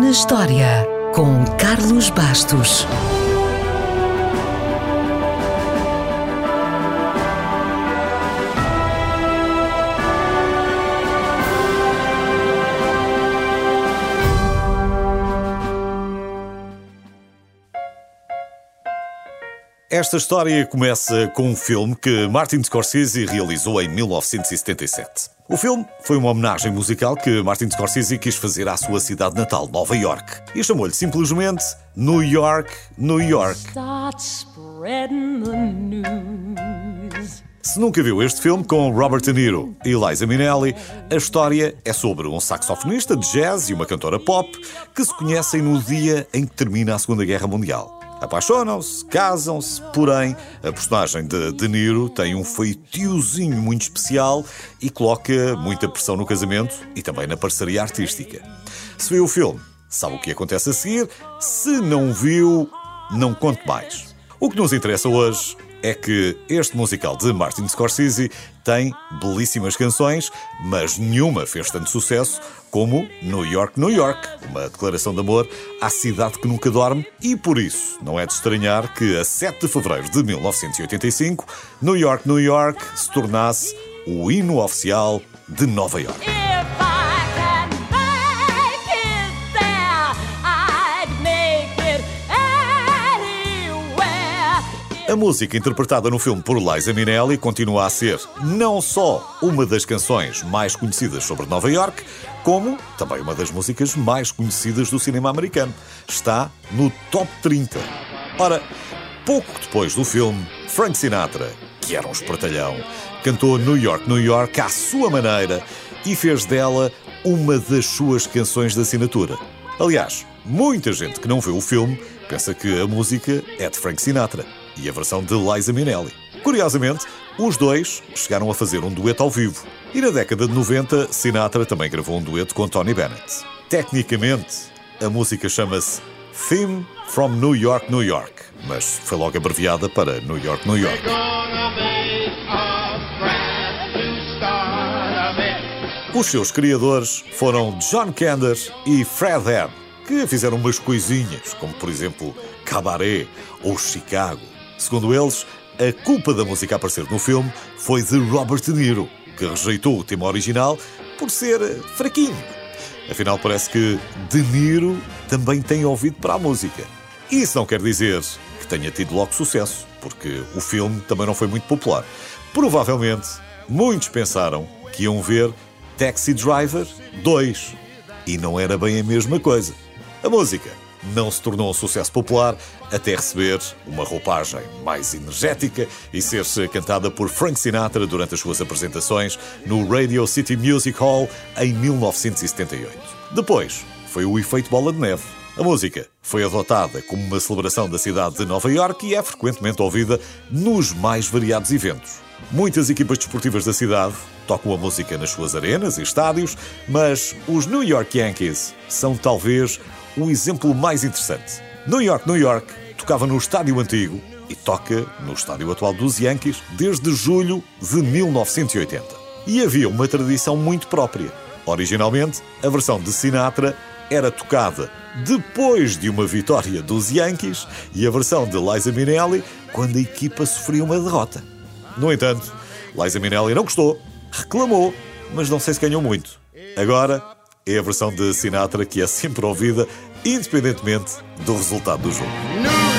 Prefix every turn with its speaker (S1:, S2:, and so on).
S1: na História, com Carlos Bastos.
S2: Esta história começa com um filme que Martin Scorsese realizou em 1977. O filme foi uma homenagem musical que Martin Scorsese quis fazer à sua cidade natal, Nova York, e chamou-lhe simplesmente New York, New York. Se nunca viu este filme com Robert De Niro e Liza Minnelli, a história é sobre um saxofonista de jazz e uma cantora pop que se conhecem no dia em que termina a Segunda Guerra Mundial. Apaixonam-se, casam-se, porém a personagem de De Niro tem um feitiozinho muito especial e coloca muita pressão no casamento e também na parceria artística. Se viu o filme, sabe o que acontece a seguir. Se não viu, não conte mais. O que nos interessa hoje é que este musical de Martin Scorsese tem belíssimas canções, mas nenhuma fez tanto sucesso como New York, New York, uma declaração de amor à cidade que nunca dorme, e por isso não é de estranhar que a 7 de fevereiro de 1985, New York, New York se tornasse o hino oficial de Nova York. A música interpretada no filme por Liza Minnelli continua a ser não só uma das canções mais conhecidas sobre Nova York, como também uma das músicas mais conhecidas do cinema americano. Está no top 30. Ora, pouco depois do filme, Frank Sinatra, que era um espertalhão, cantou New York, New York à sua maneira e fez dela uma das suas canções de assinatura. Aliás, muita gente que não viu o filme pensa que a música é de Frank Sinatra e a versão de Liza Minnelli. Curiosamente, os dois chegaram a fazer um dueto ao vivo. E na década de 90, Sinatra também gravou um dueto com Tony Bennett. Tecnicamente, a música chama-se Theme from New York, New York, mas foi logo abreviada para New York, New York. Os seus criadores foram John Kander e Fred Ebb, que fizeram umas coisinhas, como por exemplo Cabaret ou Chicago. Segundo eles, a culpa da música aparecer no filme foi de Robert De Niro, que rejeitou o tema original por ser fraquinho. Afinal, parece que De Niro também tem ouvido para a música. Isso não quer dizer que tenha tido logo sucesso, porque o filme também não foi muito popular. Provavelmente, muitos pensaram que iam ver Taxi Driver 2, e não era bem a mesma coisa. A música não se tornou um sucesso popular até receber uma roupagem mais energética e ser-se cantada por Frank Sinatra durante as suas apresentações no Radio City Music Hall em 1978. Depois foi o efeito bola de neve. A música foi adotada como uma celebração da cidade de Nova York e é frequentemente ouvida nos mais variados eventos. Muitas equipas desportivas da cidade tocam a música nas suas arenas e estádios, mas os New York Yankees são talvez o exemplo mais interessante. New York, New York tocava no estádio antigo e toca no estádio atual dos Yankees desde julho de 1980. E havia uma tradição muito própria. Originalmente, a versão de Sinatra era tocada depois de uma vitória dos Yankees e a versão de Liza Minnelli quando a equipa sofria uma derrota. No entanto, Liza Minnelli não gostou, reclamou, mas não sei se ganhou muito. Agora é a versão de Sinatra que é sempre ouvida, independentemente do resultado do jogo.